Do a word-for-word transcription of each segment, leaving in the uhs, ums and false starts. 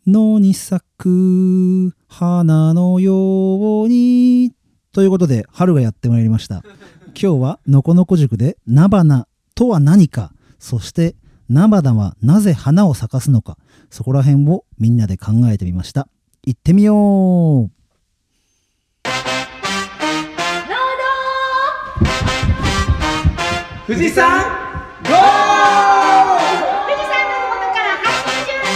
野に咲く花のようにということで春がやってまいりました。今日はのこのこ塾で菜花とは何か、そして菜花はなぜ花を咲かすのか、そこら辺をみんなで考えてみました。行ってみよう。 富士山ゴー！富士山の麓から発信中。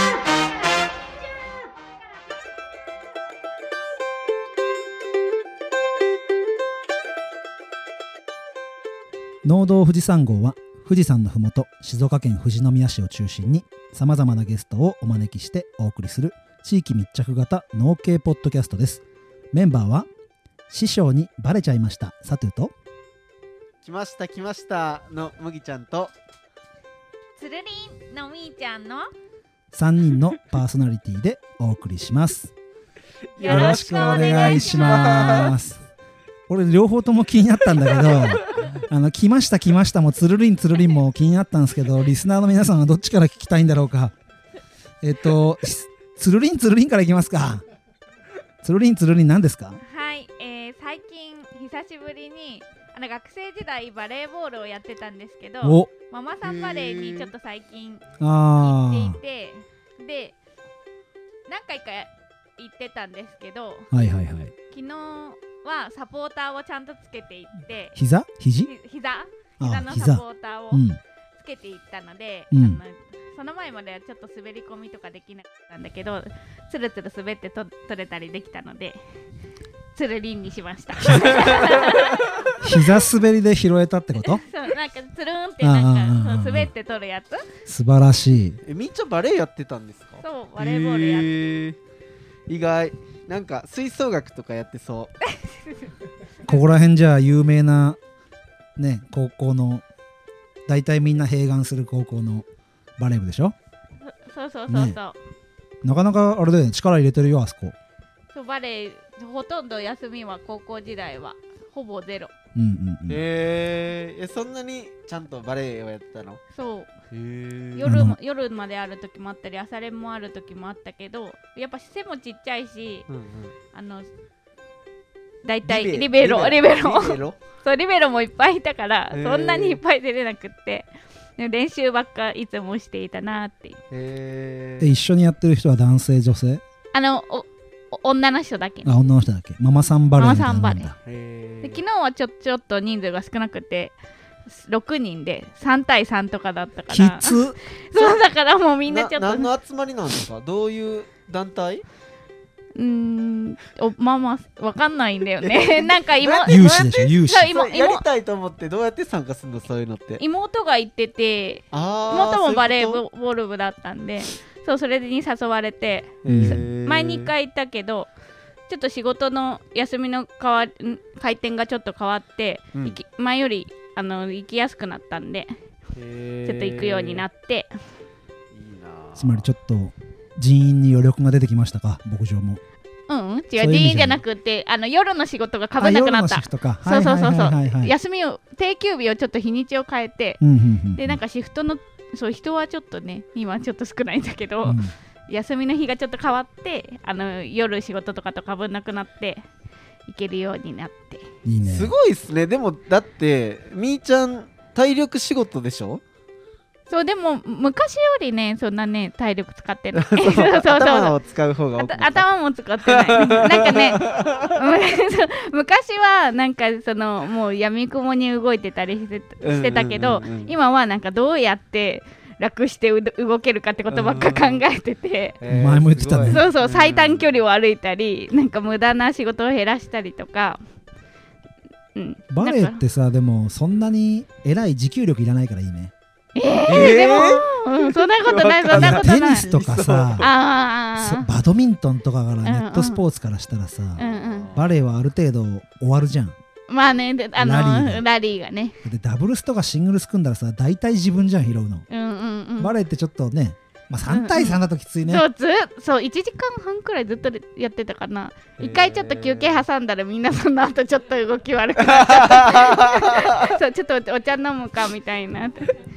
農道富士山号は富士山のふもと静岡県富士宮市を中心にさまざまなゲストをお招きしてお送りする地域密着型農系ポッドキャストです。メンバーは師匠にバレちゃいましたサトゥと来ました来ましたの麦ちゃんとつるりんのみーちゃんのさんにんのパーソナリティでお送りします。 よろしくお願いします。 俺両方とも気になったんだけどあの来ました来ましたもつるりんつるりんも気になったんですけど、リスナーの皆さんはどっちから聞きたいんだろうか。えっとつるりんつるりんからいきますか。つるりんつるりん何ですか？ はい、えー、最近久しぶりにあの学生時代バレーボールをやってたんですけど、ママさんバレーにちょっと最近行っていて、で何回か行ってたんですけど、 はいはいはい、 昨日はサポーターをちゃんとつけていって、 膝肘膝膝のサポーターをつけていったので、 うん、 あのその前まではちょっと滑り込みとかできなかったんだけど、つるつる滑ってと取れたりできたのでつるりんにしました膝滑りで拾えたってこと？ そう、なんかつるんってなんかそう滑って取るやつ。 素晴らしい。 えみーちゃんバレーやってたんですか？ そう、バレーボールやって、 えー、意外。なんか吹奏楽とかやってそうここら辺じゃあ有名なね高校のだいたいみんな併願する高校のバレー部でしょ。 そうそうそうそう、ね、 なかなかあれだよね、力入れてるよあそこ。 そう、バレーほとんど休みは高校時代はほぼゼロ。 うんうんうん、 えー、えそんなにちゃんとバレーをやってたの？ そう、 へー、 夜も夜まである時もあったり朝練もある時もあったけど、やっぱ背もちっちゃいし、うんうん、あのだいたいリベロリベロリベロそうリベロもいっぱいいたからそんなにいっぱい出れなくって、練習ばっかいつもしていたなっていう。 へー。で一緒にやってる人は男性女性？ あのお女の人だけ。 あ、女の人だけ。ママさんバレーみたいなもんだ。ママさんバレー。で昨日はちょちょっと人数が少なくてろくにんでさんたいさんとかだったから。 きつそうだからもうみんなちょっとな何の集まりなんですか？どういう団体？ うーん、おまあまあわかんないんだよねなんか妹有志でしょ、有志。 やりたいと思ってどうやって参加するの？そういうのって妹が行ってて、妹もバレーボール部だったんで、そう、それに誘われて、前にいっかい行ったけどちょっと仕事の休みの変わ回転がちょっと変わって、うん、前よりあの行きやすくなったんでちょっと行くようになって。 いいな。 つまりちょっと人員に余力が出てきましたか？牧場も。 うん、違う、人員じゃなくてあの夜の仕事がかぶんなくなった。そうそうそうそう、休みを定休日をちょっと日にちを変えて、うんうんうん、でなんかシフトのそう人はちょっとね今ちょっと少ないんだけど、うん、休みの日がちょっと変わってあの夜仕事とかとかぶんなくなって行けるようになって。 いいね。 すごいっすね。でもだってみーちゃん体力仕事でしょ？ そう、でも昔よりねそんなね体力使ってないそうそうそう頭を使う方が多く頭も使ってないなんかね昔はなんかそのもうやみくもに動いてたりして、してたけど、うんうんうんうん、今はなんかどうやって楽して動けるかってことばっか考えてて、 うんうん、前も言ってたね。 そうそう、最短距離を歩いたりなんか無駄な仕事を減らしたりとか、 うん、バレーってさでもそんなに偉い持久力いらないからいいね。 えーえー、でも、うん、そんなことないそんなことない。 テニスとかさあバドミントンとかからネットスポーツからしたらさ、うんうん、バレーはある程度終わるじゃん。 まあね、あのラリーが、ラリーがねでダブルスとかシングルス組んだらさ大体自分じゃん拾うの、 うんうんうん、 バレーってちょっとね、まあ、さんたいさんだときついね、 うんうん、そうずそういちじかんはんくらいずっとやってたかな。一回ちょっと休憩挟んだらみんなその後ちょっと動き悪くなっちゃったそうちょっとお茶飲むかみたいな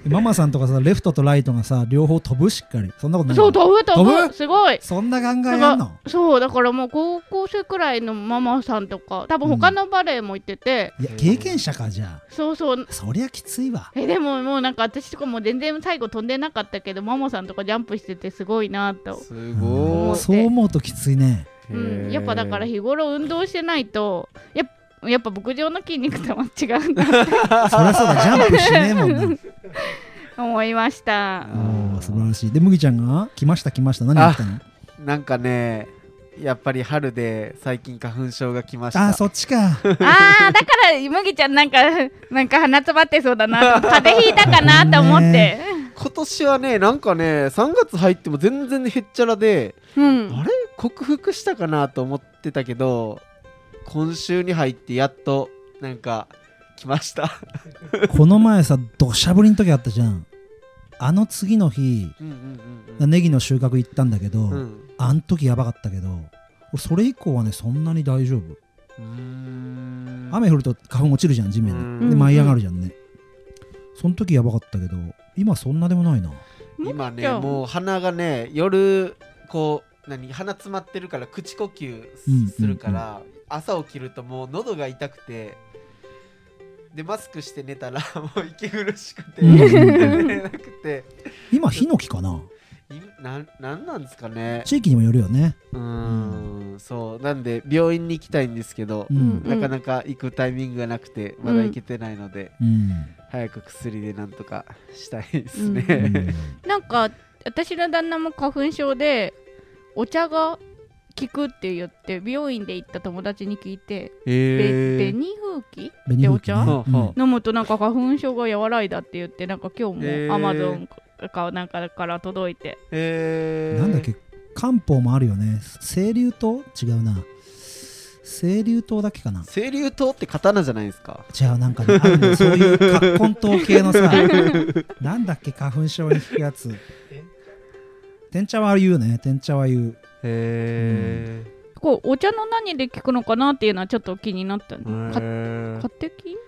ママさんとかさレフトとライトがさ両方飛ぶしっかりそんなことないそう飛ぶ飛ぶ飛ぶすごいそんな考えやんのそうだからもう高校生くらいのママさんとか多分他のバレエも行ってて、 うん、いや経験者かじゃあそうそうそりゃきついわえでももうなんか私とかも全然最後飛んでなかったけどママさんとかジャンプしててすごいなとすごいそう思うときついね、 うん、やっぱだから日頃運動してないとやっぱやっぱ牧場の筋肉とは違うんだってそりゃそうだジャンプしねえもんな思いましたお素晴らしいで麦ちゃんが来ました来ました何が来たのなんかねやっぱり春で最近花粉症が来ましたあそっちかあーだから麦ちゃんなんかなんか鼻詰まってそうだな風邪ひいたかなと思って今年はねなんかねさんがつ入っても全然へっちゃらで、うん、あれ克服したかなと思ってたけど今週に入ってやっとなんか来ましたこの前さ土砂降りの時あったじゃんあの次の日、うんうんうんうん、ネギの収穫行ったんだけど、うん、あん時やばかったけどそれ以降はねそんなに大丈夫うーん雨降ると花粉落ちるじゃん地面にで舞い上がるじゃんねその時やばかったけど今そんなでもないな今ねもう鼻がね夜こう何鼻詰まってるから口呼吸するから、うんうんうん、朝起きるともう喉が痛くてでマスクして寝たらもう息苦しくて寝れなくて今ヒノキかなな, なんなんですかね地域にもよるよねうーん、うん、そうなんで病院に行きたいんですけど、うん、なかなか行くタイミングがなくてまだ行けてないので、うん、早く薬でなんとかしたいですね、うん、 なんか私の旦那も花粉症でお茶が効くって言って美容院で行った友達に聞いて、えー、紅風紀でお茶、ね、飲むとなんか花粉症が和らいだって言ってなんか今日もアマゾンかなんかから届いて、 えー、なんだっけ漢方もあるよね清流湯違うな清流湯だっけかな清流湯って刀じゃないですか違うなんかねあるねそういう葛根湯系のさなんだっけ花粉症に効くやつ天茶は言うね天茶は言うへー、うん、こうお茶の何で効くのかなっていうのはちょっと気になったねカテキン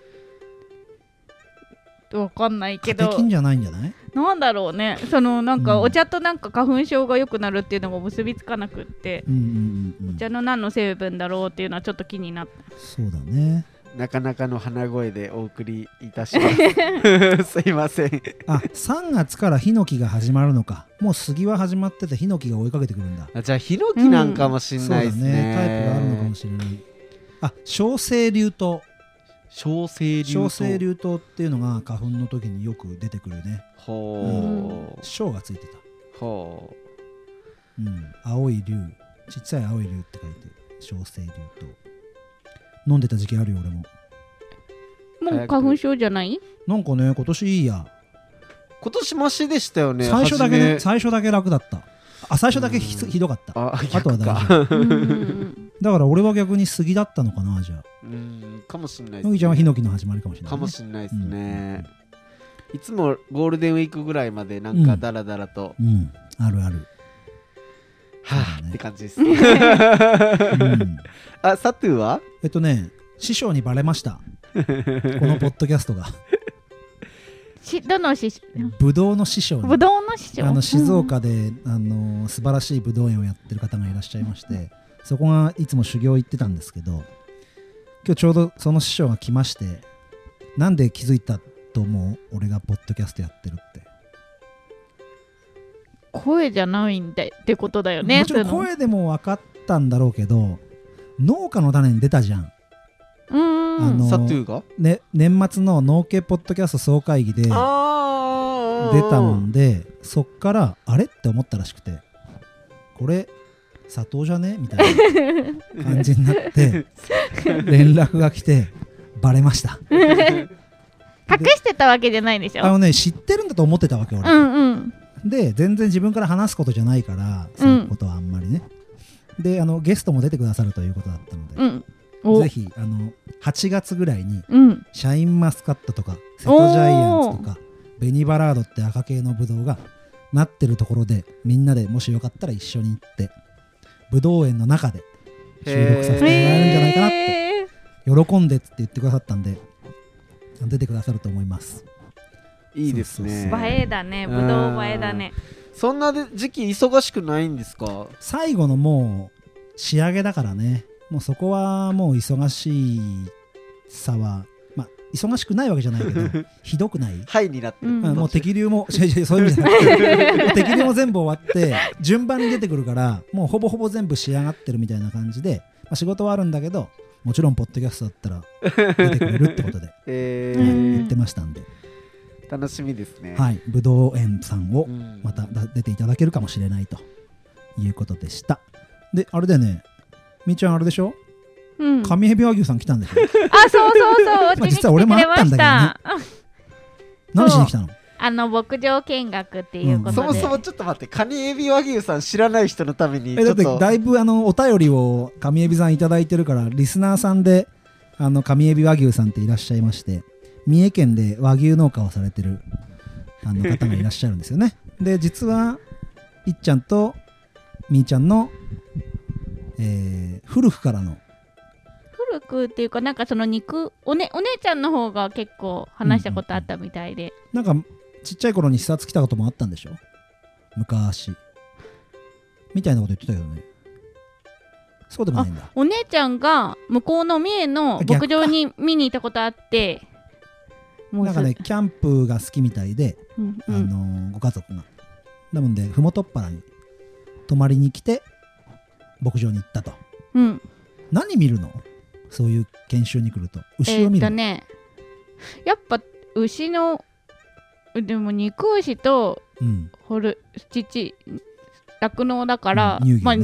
わかんないけどカテキンじゃないんじゃないなんだろうねそのなんかお茶となんか花粉症が良くなるっていうのが結びつかなくって、うんうんうんうん、お茶の何の成分だろうっていうのはちょっと気になったそうだねなかなかの鼻声でお送りいたしますすいませんあさんがつからヒノキが始まるのかもう杉は始まっててヒノキが追いかけてくるんだあじゃあヒノキなんかもしんないですね、うん、そうだねタイプがあるのかもしれないあ小清流湯小清流湯小清流湯っていうのが花粉の時によく出てくるねほう、 うん、小がついてたほう、うん、青い竜ちっちゃい青い竜って書いて小清流湯飲んでた時期あるよ俺ももう花粉症じゃないなんかね今年いいや今年マシでしたよね最初だけね最初だけ楽だったあ最初だけ ひ, ひどかったあ, あとは大丈夫だから俺は逆に杉だったのかなじゃあうんかもしんないですね麦ちゃんはヒノキの始まりかもしれない、ね、 かもしんないですね、うん、いつもゴールデンウィークぐらいまでなんかダラダラと、 うん、うん、あるあるはぁ、ね、って感じです、うん、あサトゥーはえっとね師匠にバレましたこのポッドキャストがしどの師匠ぶどうの師匠にぶどうの師匠あの静岡で、うん、あの素晴らしいぶどう園をやってる方がいらっしゃいましてそこがいつも修行行ってたんですけど今日ちょうどその師匠が来ましてなんで気づいたと思う俺がポッドキャストやってるって声じゃないんでってことだよねもちろん声でも分かったんだろうけど農家の種に出たじゃんうーんあのサトゥーが、 ね、年末の農家ポッドキャスト総会議で出たもんでそっからあれって思ったらしくてこれ砂糖じゃねみたいな感じになって連絡が来てバレました隠してたわけじゃないでしょあのね知ってるんだと思ってたわけ俺、 うんうん、で全然自分から話すことじゃないからそういうことはあんまりね、うん、であのゲストも出てくださるということだったので、うん、ぜひあのはちがつぐらいに、うん、シャインマスカットとか瀬戸ジャイアンツとかベニバラードって赤系のブドウがなってるところでみんなでもしよかったら一緒に行ってブドウ園の中で収録させてもらえるんじゃないかなって喜んでって言ってくださったんで出てくださると思います。 いいですね。 映えだね、ぶどう映えだね。 そんな時期忙しくないんですか？ 最後のもう仕上げだからね、もうそこはもう忙しいさはまあ忙しくないわけじゃないけどひどくない？ はいになってる、 うん、 もう適流もそういう意味じゃなくてもう適流も全部終わって順番に出てくるからもうほぼほぼ全部仕上がってるみたいな感じで、まあ、仕事はあるんだけどもちろんポッドキャストだったら出てくれるってことで、 えはいー、 言ってましたんで楽しみですね。 はい、ぶどう園さんをまた出ていただけるかもしれないということでした。であれだよね、みーちゃんあれでしょ、うん、上海老和牛さん来たんでしょあ、そうそうそう、うちに来てくれました。実は俺もあったんだけどね。 何しに来たの？ あの牧場見学っていうことで、 うん、そもそもちょっと待って、カニエビ和牛さん知らない人のためにちょっと、 えだってだいぶあのお便りを上エビさんいただいてるから、リスナーさんであの上エビ和牛さんっていらっしゃいまして、三重県で和牛農家をされてるあの方がいらっしゃるんですよねで実はいっちゃんとみーちゃんの、えー、古くからの古くっていうか、なんかその肉お、ね、お姉ちゃんの方が結構話したことあったみたいで、 うんうんうん、なんかちっちゃい頃に視察来たこともあったんでしょ昔みたいなこと言ってたけどね。そうでもないんだ。 お姉ちゃんが向こうの三重の牧場に見に行ったことあって、 もうなんかねキャンプが好きみたいで、うんうん、あのー、ご家族がなのでふもとっぱらに泊まりに来て牧場に行ったと、うん、何見るの？そういう研修に来ると牛を見るの？えーっとね、 やっぱ牛のでも肉牛と、うん、ほる乳酪農だから、うんね、まあうん、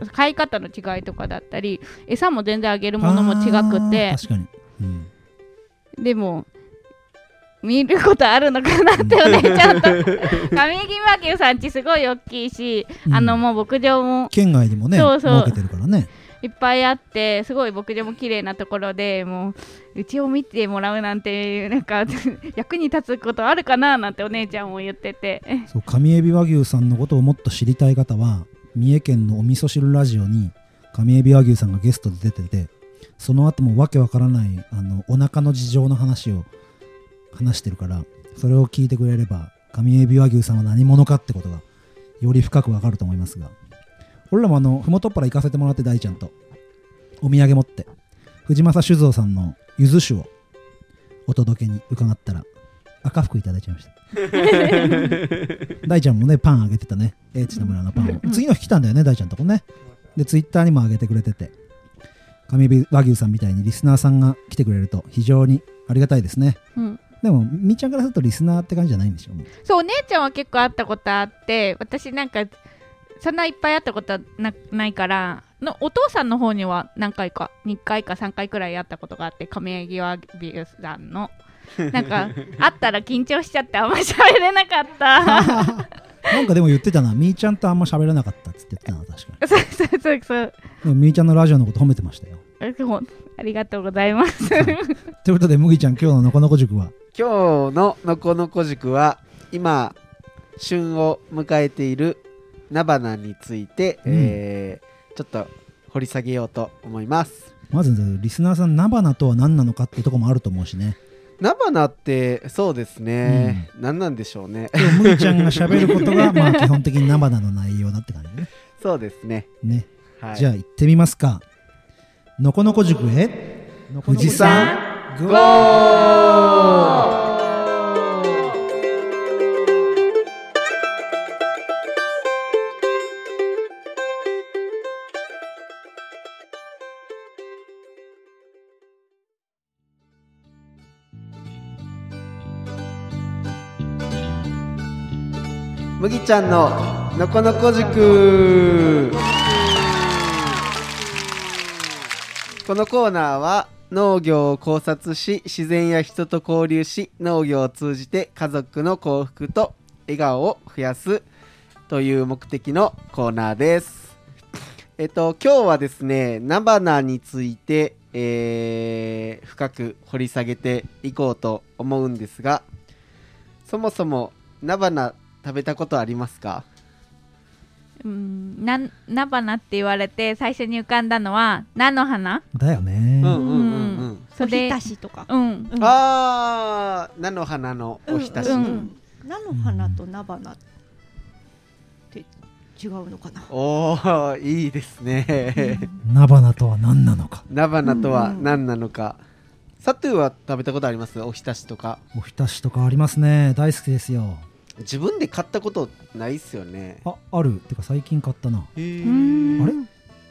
飼い方の違いとかだったり餌も全然あげるものも違くて、 確かに、うん、 でも見ることあるのかなってお姉ちゃんと上木和牛さんちすごい大きいし、うん、あのもう牧場も県外にもねそうそう設けてるからねいっぱいあって、すごい牧場も綺麗なところで、もううちを見てもらうなんてなんか役に立つことあるかななんてお姉ちゃんも言ってて、 そう上海老和牛さんのことをもっと知りたい方は三重県のお味噌汁ラジオに上海老和牛さんがゲストで出てて、その後もわけわからないあのお腹の事情の話を話してるから、それを聞いてくれれば上海老和牛さんは何者かってことがより深くわかると思いますが、俺らもあのふもとっぱら行かせてもらって、大ちゃんとお土産持って藤正酒造さんのゆず酒をお届けに伺ったら赤福いただいちゃいました大ちゃんもねパンあげてたね、英知の村のパンを次の日来たんだよね、大ちゃんとこね。でツイッターにもあげてくれてて、上海老和牛さんみたいにリスナーさんが来てくれると非常にありがたいですね、うん、でもみーちゃんからするとリスナーって感じじゃないんでしょ？ そう、お姉ちゃんは結構会ったことあって、私なんかそんないっぱい会ったことは な, ないからの、お父さんの方には何回かにかいかさんかいくらい会ったことがあって、上海老和牛さんのなんか会ったら緊張しちゃってあんま喋れなかったなんかでも言ってたな、みーちゃんとあんま喋れなかったって言ってたな、確かにそうそうそうそう、 でもみーちゃんのラジオのこと褒めてましたよ。 ありがとうございますということで麦ちゃん、今日ののこのこ塾は今日ののこのこ塾は今旬を迎えている菜花について、うん、えー、ちょっと掘り下げようと思います。 まずリスナーさん、菜花とは何なのかっていうところもあると思うしね。 菜花ってそうですね、うん、何なんでしょうね。 でも麦ちゃんが喋ることがまあ基本的に菜花の内容だって感じね。 そうですね。 ね、はい、じゃあ行ってみますか。のこのこ塾へ富士山ゴー。 麦ちゃんののこのこ塾。このコーナーは農業を考察し、自然や人と交流し、農業を通じて家族の幸福と笑顔を増やすという目的のコーナーです。えっと今日はですね、菜花について、えー、深く掘り下げていこうと思うんですが、そもそも菜花食べたことありますか？ うん、な菜花って言われて最初に浮かんだのは菜の花だよね。 うんうんうんうん、 それおひたしとか、 うん、 うん、 あー菜の花のおひたし、 うんうん、菜の花と菜花って違うのかな。 おーいいですね菜花とは何なのか。 菜花とは何なのか、うんうん、サトゥーは食べたことあります？おひたしとか。 おひたしとかありますね。大好きですよ。 自分で買ったことないっすよね。 あ、ある。てか最近買ったな。 へー。 あれ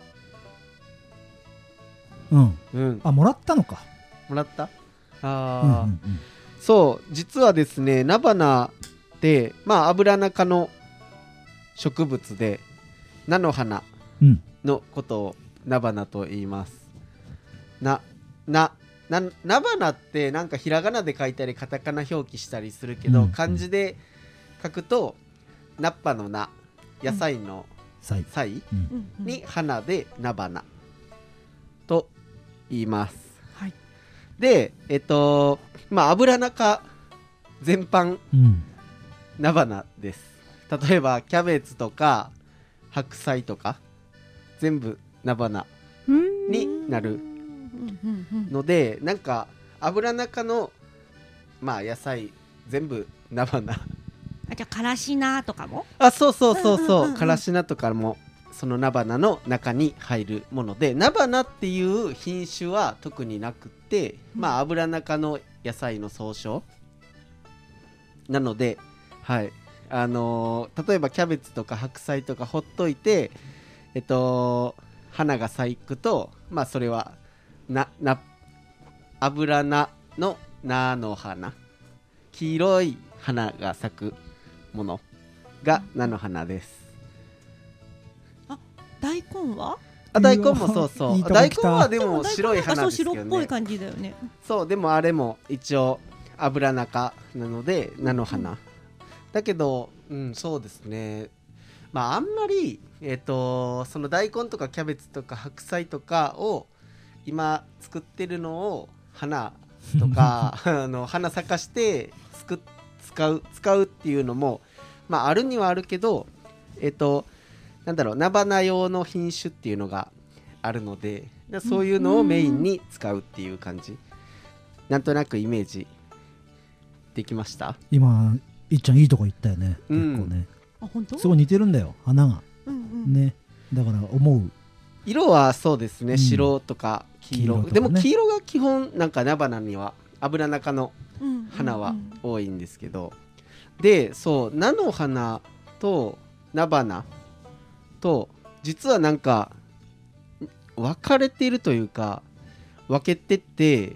うん、 うん、 あ、もらったのか。 もらったあ、 うんうんうん、 そう実はですね、菜花ってまあアブラナ科の植物で菜の花のことを菜花と言います。ななな菜花ってなんかひらがなで書いたりカタカナ表記したりするけど、うん、漢字で書くと菜っぱの菜、野菜の菜、うん、に花で菜花と言います。 はい、 でえっとまあアブラナ科全般、うん、菜花です。例えばキャベツとか白菜とか全部菜花になるので、なんかアブラナ科のまあ野菜全部菜花。 あ、じゃあからし菜とかも？ あ、そうそうそうそう、からし菜とかもその菜花の中に入るもので、菜花っていう品種は特になくて、まあアブラナ科の野菜の総称なので、はい、あのー、例えばキャベツとか白菜とかほっといて、えっと花が咲くと、まあそれはななアブラナの菜の花、黄色い花が咲くものが菜の花です。 あ、大根は？ あ、大根もそうそう。いい大根はでも白い花ですよね。 白っぽい感じだよね。 そう、でもあれも一応アブラナ科なので菜の花、うん、だけど、うん、そうですね。まああんまりえっとその大根とかキャベツとか白菜とかを今作ってるのを花とかあの花咲かして作っ使う使うっていうのもまああるにはあるけど、えっとなんだろう、菜花用の品種っていうのがあるので、そういうのをメインに使うっていう感じ、なんとなくイメージできました？ 今いっちゃんいいとこ行ったよね、 うん、 結構ね。 あ、本当？ すごい似てるんだよ、花が、 うんうん、 ね、だから思う色はそうですね、うん、白とか黄色、黄色とかね、でも黄色が基本なんか菜花にはアブラナ科の花は多いんですけど、うんうんうん、でそう菜の花と菜花と実はなんか分かれているというか分けてって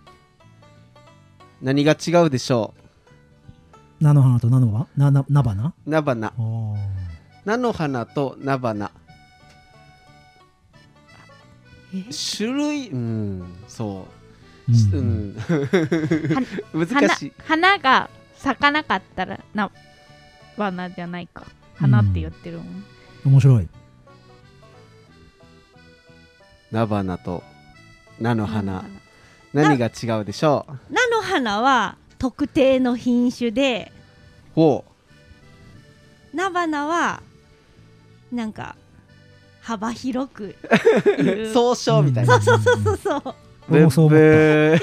何が違うでしょう？菜の花と菜のはなな菜花菜花菜の花と菜花種類、うん、そう、うん、難しい。 花が咲かなかったら菜花じゃないか、花って言ってるもん、 うん、面白い。 菜花と菜の花、何が違うでしょう？ 菜の花は特定の品種で、 ほう、菜花はなんか幅広く総称みたいな。 そうそうそうそう。 俺もそう思った。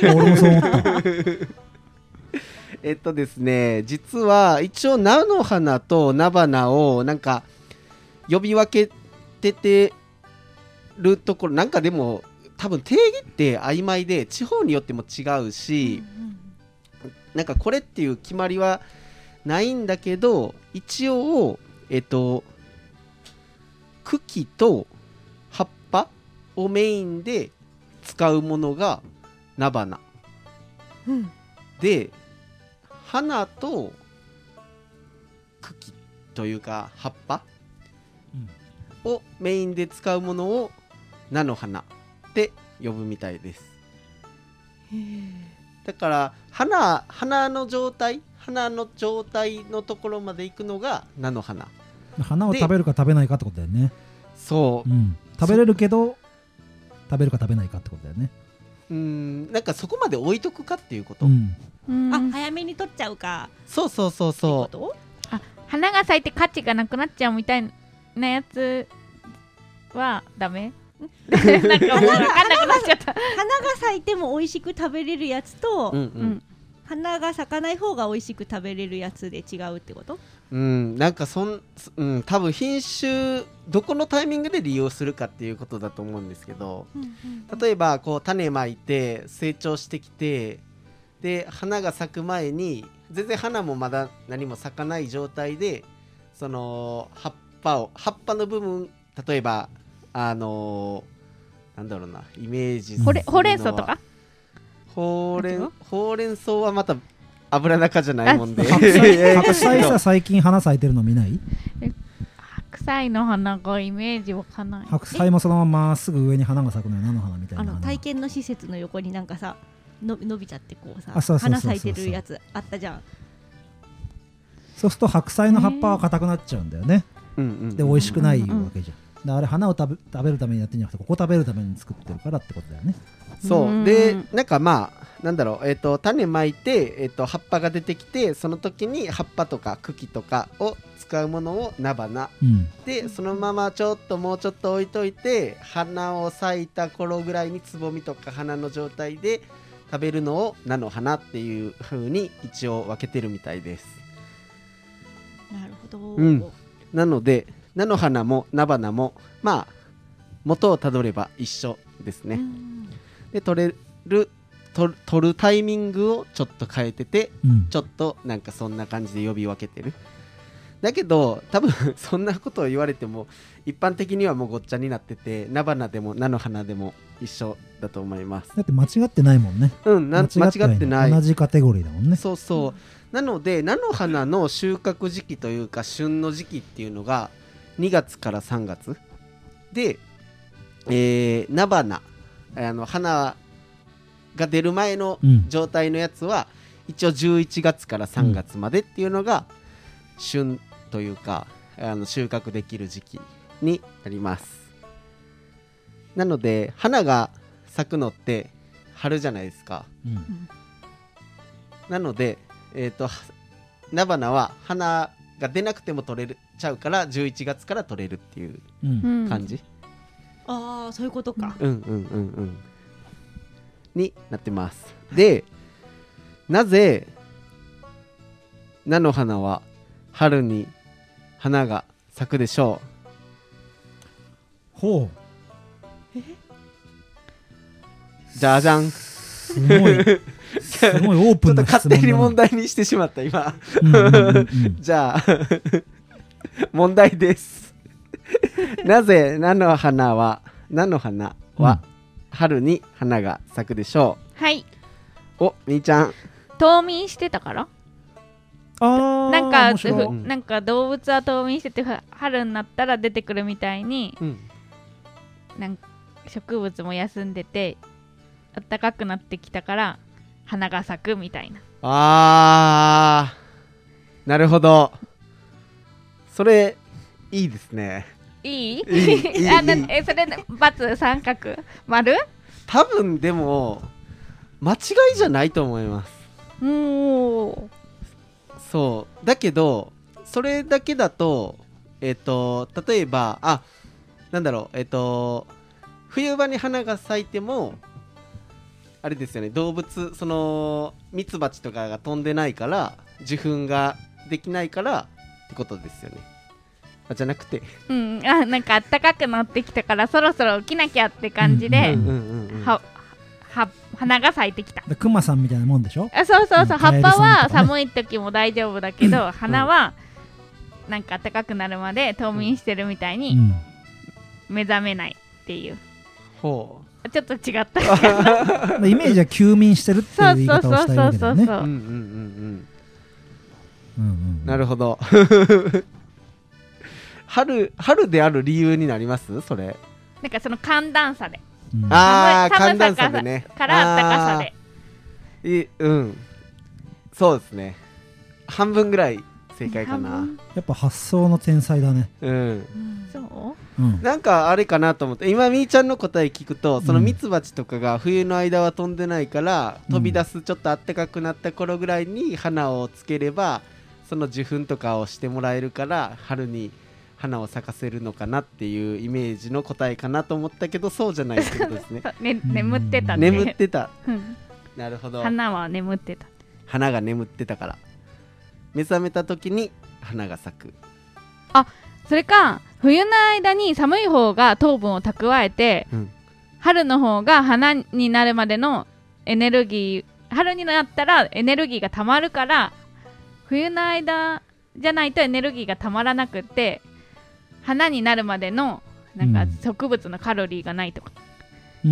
俺もそう思った。 えっとですね、実は一応菜の花と菜花をなんか呼び分けててるところ、なんかでも多分定義って曖昧で地方によっても違うし、うんうん、なんかこれっていう決まりはないんだけど、一応えっと茎と葉っぱをメインで使うものが菜花、 うん、 で花と茎というか葉っぱをメインで使うものを菜の花って呼ぶみたいです。 へー。 だから花、花の状態花の状態のところまで行くのが菜の花。 花を食べるか食べないかってことだよね。 そう、 うん、食べれるけど食べるか食べないかってことだよね。 うーん、なんかそこまで置いとくかっていうこと、 うん、あ、早めに取っちゃうか。 そうそうそうそう。 あ、花が咲いて価値がなくなっちゃうみたいなやつはダメ？ なんかもう分かんなくなっちゃった。 花が咲いても美味しく食べれるやつと、 うんううんん花が咲かない方が美味しく食べれるやつで違うってこと？ うんなんかそん、うん、多分品種どこのタイミングで利用するかっていうことだと思うんですけど、例えばこう種まいて成長してきて、で花が咲く前に全然花もまだ何も咲かない状態で、その葉っぱを葉っぱの部分、例えばあのー、なんだろうなイメージするのはほれほうれん草とかほうれんほうれん草はまた油中じゃないもんで白菜白菜さ最近花咲いてるの見ない？ 白菜の花がイメージわかんない。 白菜もそのまままっすぐ上に花が咲くのよ、菜の花みたいなあ花の体験の施設の横になんかさの伸びちゃってこうさあそうそうそうそう花咲いてるやつあったじゃん。 そうすると白菜の葉っぱは硬くなっちゃうんだよね。 うんうんうんで美味しくないわけじゃん。であれ花を食べ、食べるためにやってんじゃなくてここ食べるために作ってるからってことだよね。 そうでなんかまあなんだろう、えー、と種まいて、えー、と葉っぱが出てきて、その時に葉っぱとか茎とかを使うものを菜花うんで、そのままちょっともうちょっと置いといて、花を咲いた頃ぐらいにつぼみとか花の状態で食べるのを菜の花っていう風に一応分けてるみたいです。 なるほど、 うんなので菜の花も菜花もまあ元をたどれば一緒ですね。 うんで取れる取る取るタイミングをちょっと変えてて、 うんちょっとなんかそんな感じで呼び分けてる。だけど多分そんなことを言われても一般的にはもうごっちゃになってて、菜花でも菜の花でも一緒だと思います。 だって間違ってないもんね。 うんな間違ってない。 同じカテゴリーだもんね。 そうそう、なので菜の花の収穫時期というか旬の時期っていうのがにがつからさんがつで、えー、菜花あの花が出る前のうん状態のやつは一応じゅういちがつからさんがつまでっていうのが旬というかあの収穫できる時期になります。なので花が咲くのって春じゃないですか。 うんなので、えー、と菜花は花が出なくても取れちゃうからじゅういちがつから取れるっていううん感じ、 ああそういうことか。 うん、うんうんうんになってます。でなぜ菜の花は春に花が咲くでしょほうう。じゃじゃん。 すごいすごいオーちょっとプンな質勝手に問問題にしてしまった今。 うんうんうんうんじゃあ問題ですなぜ菜の花は菜の花は春に花が咲くでしょはい。 う。おみーちゃん。 冬眠してたからあーなんか面白いふなんか動物は冬眠しててふ春になったら出てくるみたいに、 うんなんか植物も休んでて暖かくなってきたから花が咲くみたいな。 あーなるほど、それいいですね。 いい？ いいいいあないえそれ×三角丸？ 多分でも間違いじゃないと思います。 おーそうだけどそれだけだとえっ、と例えばあなんだろうえっ、と冬場に花が咲いてもあれですよね、動物そのミツバチとかが飛んでないから受粉ができないからってことですよね。あじゃなくてうん、あなんか暖かくなってきたからそろそろ起きなきゃって感じで、 うんうんうんうんはは花が咲いてきた。 でクマさんみたいなもんでしょ。 あそうそうそう、 うん葉っぱはカエルさんとかね寒い時も大丈夫だけど、花はなんか暖かくなるまで冬眠してるみたいうにん目覚めないっていう、 ほちょっと違ったでイメージは休眠してるってそいう言いうそうそう方をしたいわけだよね。 そうそうそうう、 うんうんうんうんうんうんなるほど春春である理由になりますそれ。 なんかその寒暖差でうんあー寒寒さ暖差でねから暖かさでいうんそうですね、半分ぐらい正解かな。 半分やっぱ発想の天才だね。 うんそううんなんかあれかなと思って今みーちゃんの答え聞くとそのミツバチとかが冬の間は飛んでないから、 うん飛び出すちょっと暖かくなった頃ぐらいに花をつければその受粉とかをしてもらえるから春に花を咲かせるのかなっていうイメージの答えかなと思ったけど、そうじゃないってことですね。 ね、眠ってたって眠ってた、 うん、 なるほど。 花は眠ってた。 花が眠ってたから目覚めた時に花が咲く。 あ、それか冬の間に寒い方が糖分を蓄えて、うん、春の方が花になるまでのエネルギー、春になったらエネルギーがたまるから、冬の間じゃないとエネルギーがたまらなくって花になるまでのなんか植物のカロリーがないとか、 うん、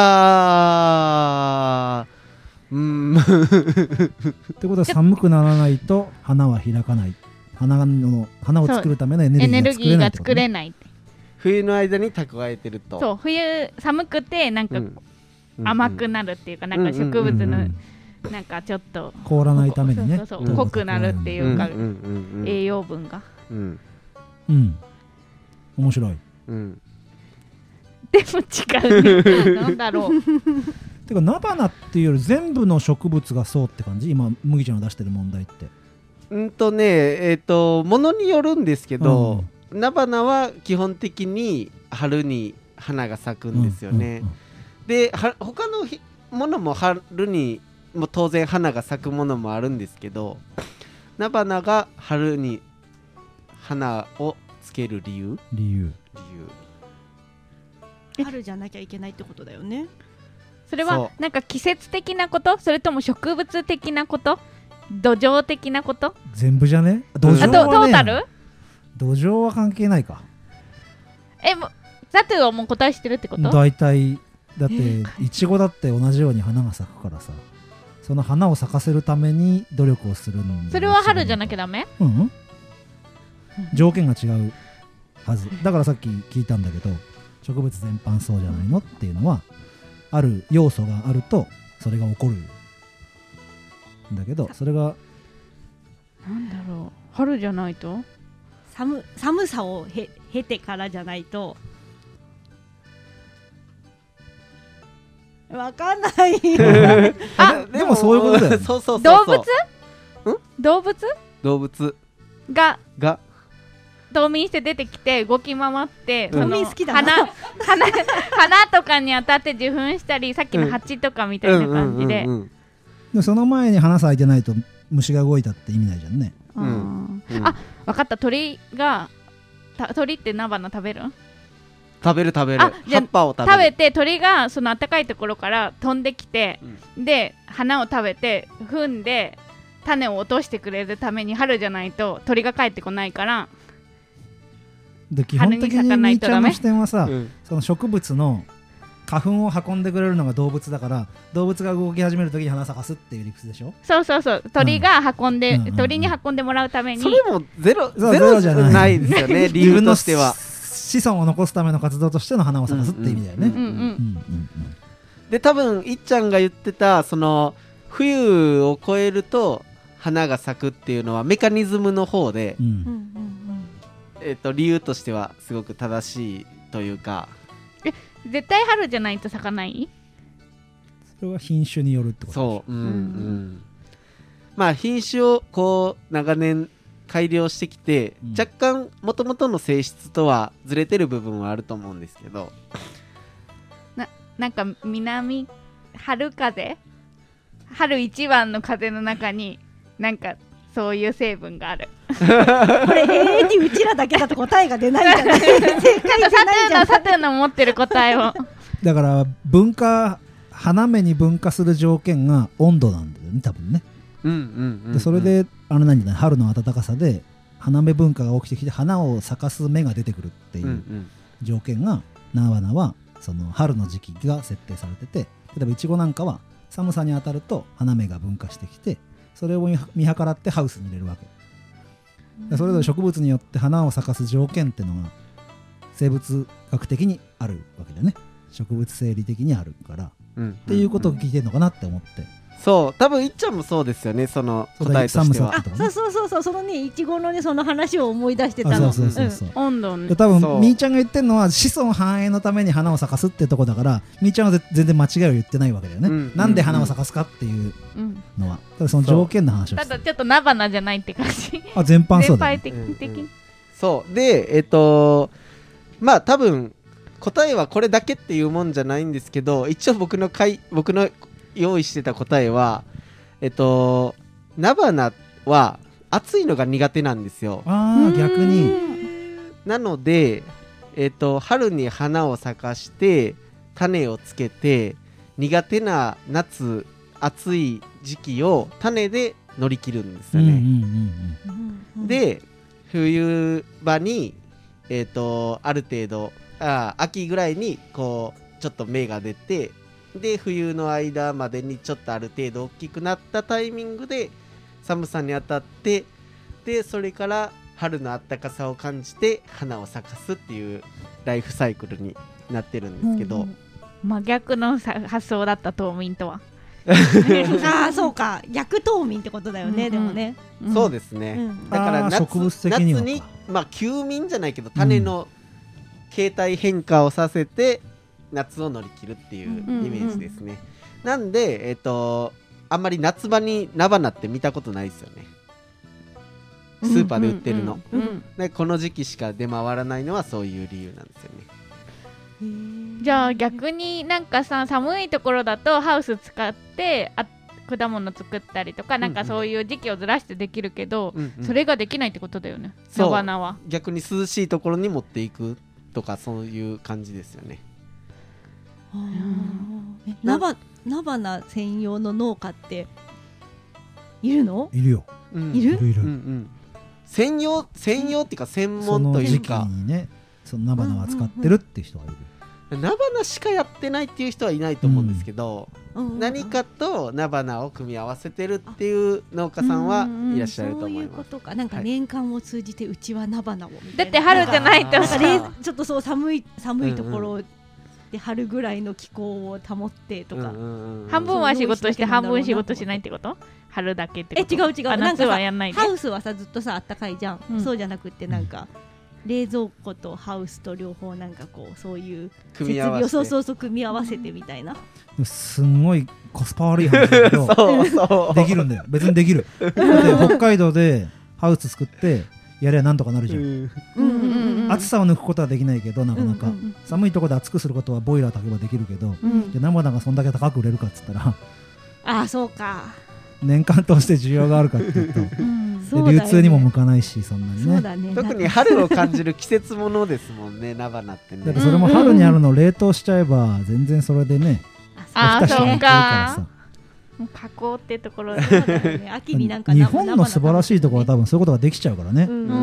あーうんってことは寒くならないと花は開かない、花の花を作るためのエネルギーが作れないってことね。 冬の間に蓄えてると。 そう、冬寒くてなんか甘くなるっていうか、なんか植物のなんかちょっと凍らないためにね、 そうそうそう、濃くなるっていうか、栄養分が、 うんうん、面白い、 うん、 でも違うねなんだろうてか菜花っていうより全部の植物がそうって感じ、今麦ちゃんが出してる問題って。 うんとねえっ、ー、とものによるんですけど、うん、菜花は基本的に春に花が咲くんですよね、うんうんうん、では他のものも春にもう当然花が咲くものもあるんですけど、菜花が春に花をつける理由理由理由春じゃなきゃいけないってことだよね。 それはなんか季節的なこと、それとも植物的なこと、土壌的なこと、 全部じゃね。土壌はね、 あとトータル土壌は関係ないか。 え、もザトゥはもう答えしてるってこと？ 大体だってイチゴだって同じように花が咲くからさ、その花を咲かせるために努力をするんだ。 それは春じゃなきゃダメ？ うん、条件が違うはずだからさっき聞いたんだけど、植物全般そうじゃないのっていうのは、ある要素があるとそれが起こるんだけど、それがなんだろう、春じゃないと寒, 寒さをへ経てからじゃないとわかんないあ、でもそういうことだよね。 そうそうそうそう。 動物？ん？動物？ 動物がが冬眠して出てきて動き回って、 うん、その花花花とかに当たって受粉したり、さっきの蜂とかみたいな感じで、 でその前に花咲いてないと虫が動いたって意味ないじゃんね。 うんうん、あ、分かった。鳥がた鳥って菜花食べる？ 食べる食べる。葉っぱを食べる。 食べて鳥がその暖かいところから飛んできて、うん、で花を食べて踏んで種を落としてくれるために春じゃないと鳥が帰ってこないから。 で基本的にみーちゃんの視点はさ、うん、その植物の花粉を運んでくれるのが動物だから、動物が動き始めるときに花咲かすっていう理屈でしょ。 そうそうそう、鳥が運んで、うん、鳥に運んでもらうために、 それもゼロゼロじゃないですよね理由としては。 子孫を残すための活動としての花を咲かすって意味だよね。 で多分いっちゃんが言ってたその冬を越えると花が咲くっていうのはメカニズムの方で、うんえー、と理由としてはすごく正しいというか。 え、絶対春じゃないと咲かない？ それは品種によるってことでしょ。 そう、うんうん、まあ品種をこう長年改良してきて、うん、若干もともとの性質とはずれてる部分はあると思うんですけど、 な, なんか南春風春一番の風の中になんかそういう成分があるこれ永遠にうちらだけだと答えが出ないんじゃない正解じゃないじゃん。 サトゥーの持ってる答えをだから分化花芽に分化する条件が温度なんだよね多分ね。 うんうんうんうん、 でそれであの何だ春の暖かさで花芽分化が起きてきて花を咲かす芽が出てくるっていう条件が、菜花はその春の時期が設定されてて、例えばイチゴなんかは寒さに当たると花芽が分化してきて、それを見計らってハウスに入れるわけ。でそれぞれ植物によって花を咲かす条件っていうのが生物学的にあるわけだよね。植物生理的にあるから、うん、っていうことを聞いてるのかなって思って、 そう多分いっちゃんもそうですよね、その答えとしては。 あ、そうそうそうそう、そのねいちごのねその話を思い出してたの。 そうそうそうそう、 うん、温度ね。 多分みーちゃんが言ってるのは子孫繁栄のために花を咲かすってとこだから、みーちゃんは全然間違いを言ってないわけだよね、うん、なんで花を咲かすかっていうのは、うん、ただその条件の話をして、 ただちょっと菜花じゃないって感じ。 あ、全般そうだ、ね、 全般的に、 そうでえっとまあ多分答えはこれだけっていうもんじゃないんですけど、一応僕のかい僕の用意してた答えはえっと菜花は暑いのが苦手なんですよ。 ああ逆になのでえっと春に花を咲かして種をつけて苦手な夏暑い時期を種で乗り切るんですよね、うんうんうんうん、で冬場にえっとある程度あ秋ぐらいにこうちょっと芽が出てで冬の間までにちょっとある程度大きくなったタイミングで寒さに当たってでそれから春の暖かさを感じて花を咲かすっていうライフサイクルになってるんですけど、うん、 真逆の発想だった冬眠とはああそうか逆冬眠ってことだよね、うんうん、でもね、 うん、そうですね、うん、だから 夏, 植物的には夏にまあ休眠じゃないけど種の形態変化をさせて夏を乗り切るっていうイメージですね、うんうんうん、なんでえっ、ー、とあんまり夏場に菜花って見たことないですよね、スーパーで売ってるの、うんうんうん、でこの時期しか出回らないのはそういう理由なんですよね。 じゃあ逆になんかさ寒いところだとハウス使ってあ果物作ったりとか、うんうん、なんかそういう時期をずらしてできるけど、うんうん、それができないってことだよね、菜花は。 逆に涼しいところに持っていくとかそういう感じですよね。 菜花専用の農家っているの？ いるよ、 うん、いる？いるいる、 うんうん、専用専用っていうか専門というかその時期にねその菜花を扱ってるっていう人がいる、 うんうんうん、菜花しかやってないっていう人はいないと思うんですけど、うん、何かと菜花を組み合わせてるっていう農家さんはいらっしゃると思います。そういうことか。なんか年間を通じてうちは菜花をみたいな、 だって春じゃないとさちょっとそう寒い寒いところで春ぐらいの気候を保ってとか、うんうんうん、 半分は仕事して半分仕事しないってこと？春だけってこと？ え違う違う、 夏はやんないで。 ハウスはさずっとさあったかいじゃん、うん、そうじゃなくてなんか、うん、冷蔵庫とハウスと両方なんかこうそういう設備をそうそうそう組み合わせてみたいな、 すんごいコスパ悪い話だけどそうそうできるんだよ、別にできるだって北海道でハウス作ってやればなんとかなるじゃん、うんうんうん、暑さを抜くことはできないけどなかなか、うんうんうん、寒いところで暑くすることはボイラー炊けばできるけど、うん、で菜花がそんだけ高く売れるかっつったらああそうか年間通して需要があるかっていうと、うんで流通にも向かないしそんなに ね, そうだね特に春を感じる季節ものですもんね菜花ってね。 だってそれも春にあるのを冷凍しちゃえば全然それでね、 ああそうか加工ってところで、 ね、秋になんか日本の素晴らしいところは多分そういうことができちゃうからね、うんうんうん、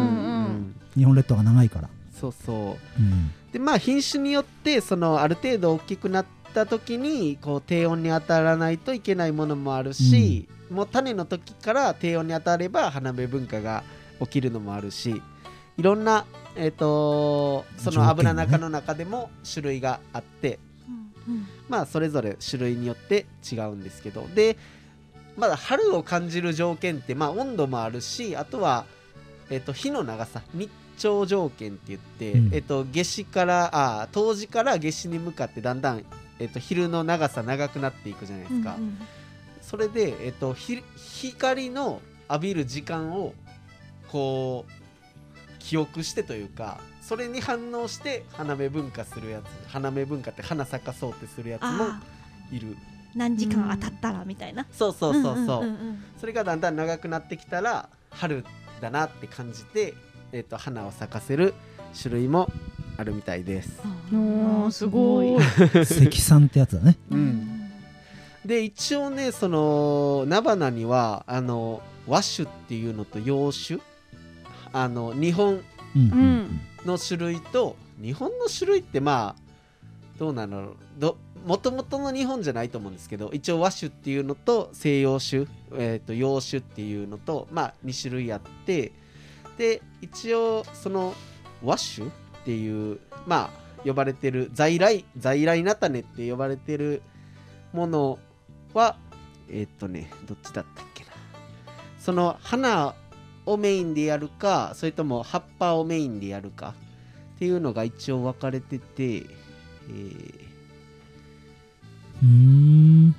日本列島が長いから。 そうそう、うん、でまあ品種によってそのある程度大きくなった時にこう低温に当たらないといけないものもあるし、うん、もう種の時から低温に当たれば花芽文化が起きるのもあるし、いろんな、えーと、その油中の中でも種類があって、うん、まあそれぞれ種類によって違うんですけど、でまだ春を感じる条件ってまあ温度もあるし、あとは、えーと、日の長さ日照条件って言って、うん、えーと、夏至からあ冬至から夏至に向かってだんだん、えーと、昼の長さ長くなっていくじゃないですか、うんうん、それで、えーと、ひ光の浴びる時間をこう記憶してというか、それに反応して花芽分化するやつ、花芽分化って花咲かそうってするやつもいる。 何時間当たったらみたいな、うん、 そうそうそうそう、うんうんうんうん、それがだんだん長くなってきたら春だなって感じて、えーと、花を咲かせる種類もあるみたいです。 おーすごい積算ってやつだね、 うん、で一応ねその菜花にはあの和種っていうのと洋種、あの日本の種類と、うん、日本の種類ってまあどうなのどもともとの日本じゃないと思うんですけど、一応和種っていうのと西洋種、えー、と洋種っていうのと、まあ、に種類あって、で一応その和種っていうまあ呼ばれてる在来在来菜種って呼ばれてるものはえっ、ー、とねどっちだったっけな、その花をメインでやるかそれとも葉っぱをメインでやるかっていうのが一応分かれてて、えーうーん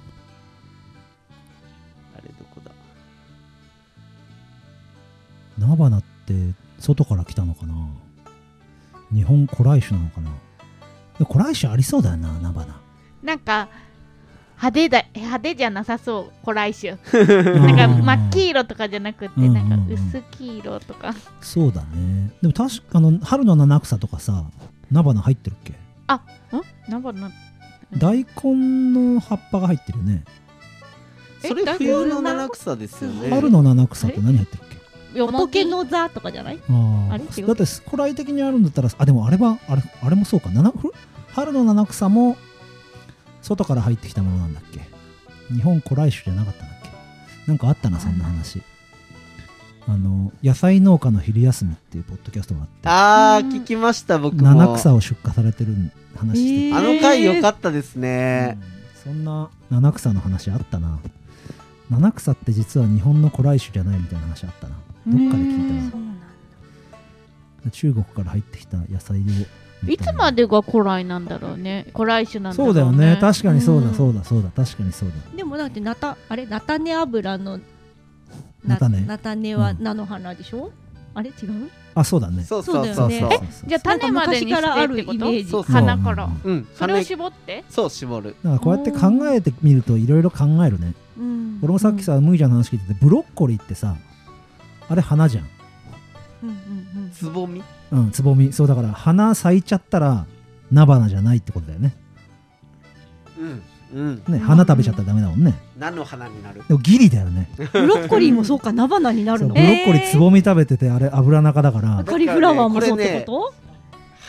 あれどこだ、 菜花って外から来たのかな。日本古来種なのかな。で古来種ありそうだよな、菜花。 なんか派手だ、派手じゃなさそう、古来種。なんか真っ黄色とかじゃなくて、なんか薄黄色とか。 そうだね。でも確かあの春の七草とかさ、菜花入ってるっけ？ あ、ん？菜花。 大根の葉っぱが入ってるね。 それ冬の七草ですよね。 春の七草って何入ってるっけ？ 仏の座とかじゃない？ ああれだって古来的にあるんだったら、あでもあれはあれあれもそうか。春の七草も外から入ってきたものなんだっけ。日本古来種じゃなかったんだっけ。なんかあったなそんな話。あの野菜農家の昼休みっていうポッドキャストがあって、 あー聞きました僕も。 七草を出荷されてる話してて、あの回良かったですね、 うん、そんな七草の話あったな。七草って実は日本の古来種じゃないみたいな話あったな。どっかで聞いたな。中国から入ってきた野菜をいつまでが古来なんだろうね。古来種なんだろうね。 そうだよね。確かにそうだそうだそうだ確かにそうだ。 でもだってなたあれ菜種油の菜種菜種は菜の花でしょ、うん、あれ違う？ あそうだね。 そうそうそうそう。 えじゃあ種までにしてってこと？ そう花から。 うん。 それを絞って？ そう絞る。 だからこうやって考えてみるといろいろ考えるね。うん、俺もさっきさ麦ちゃんの話聞いてて、ブロッコリーってさあれ花じゃん。 うんうんうん。 つぼみ？ うん、つぼみ。そうだから花咲いちゃったら菜花じゃないってことだよね。 うんうんね、花食べちゃったらダメだもんね。 何の花になる？ でもギリだよね。 ブロッコリーもそうか菜花になるの。 ブロッコリーつぼみ食べててあれ油中だから。 カリフラワーもそうってこと？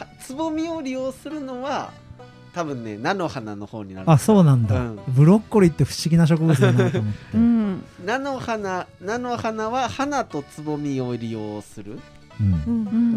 つぼみを利用するのは多分ね菜の花の方になる。 あそうなんだ、うん、ブロッコリーって不思議な植物だなと思って、うん、 菜の花菜の花は花とつぼみを利用する、 うん、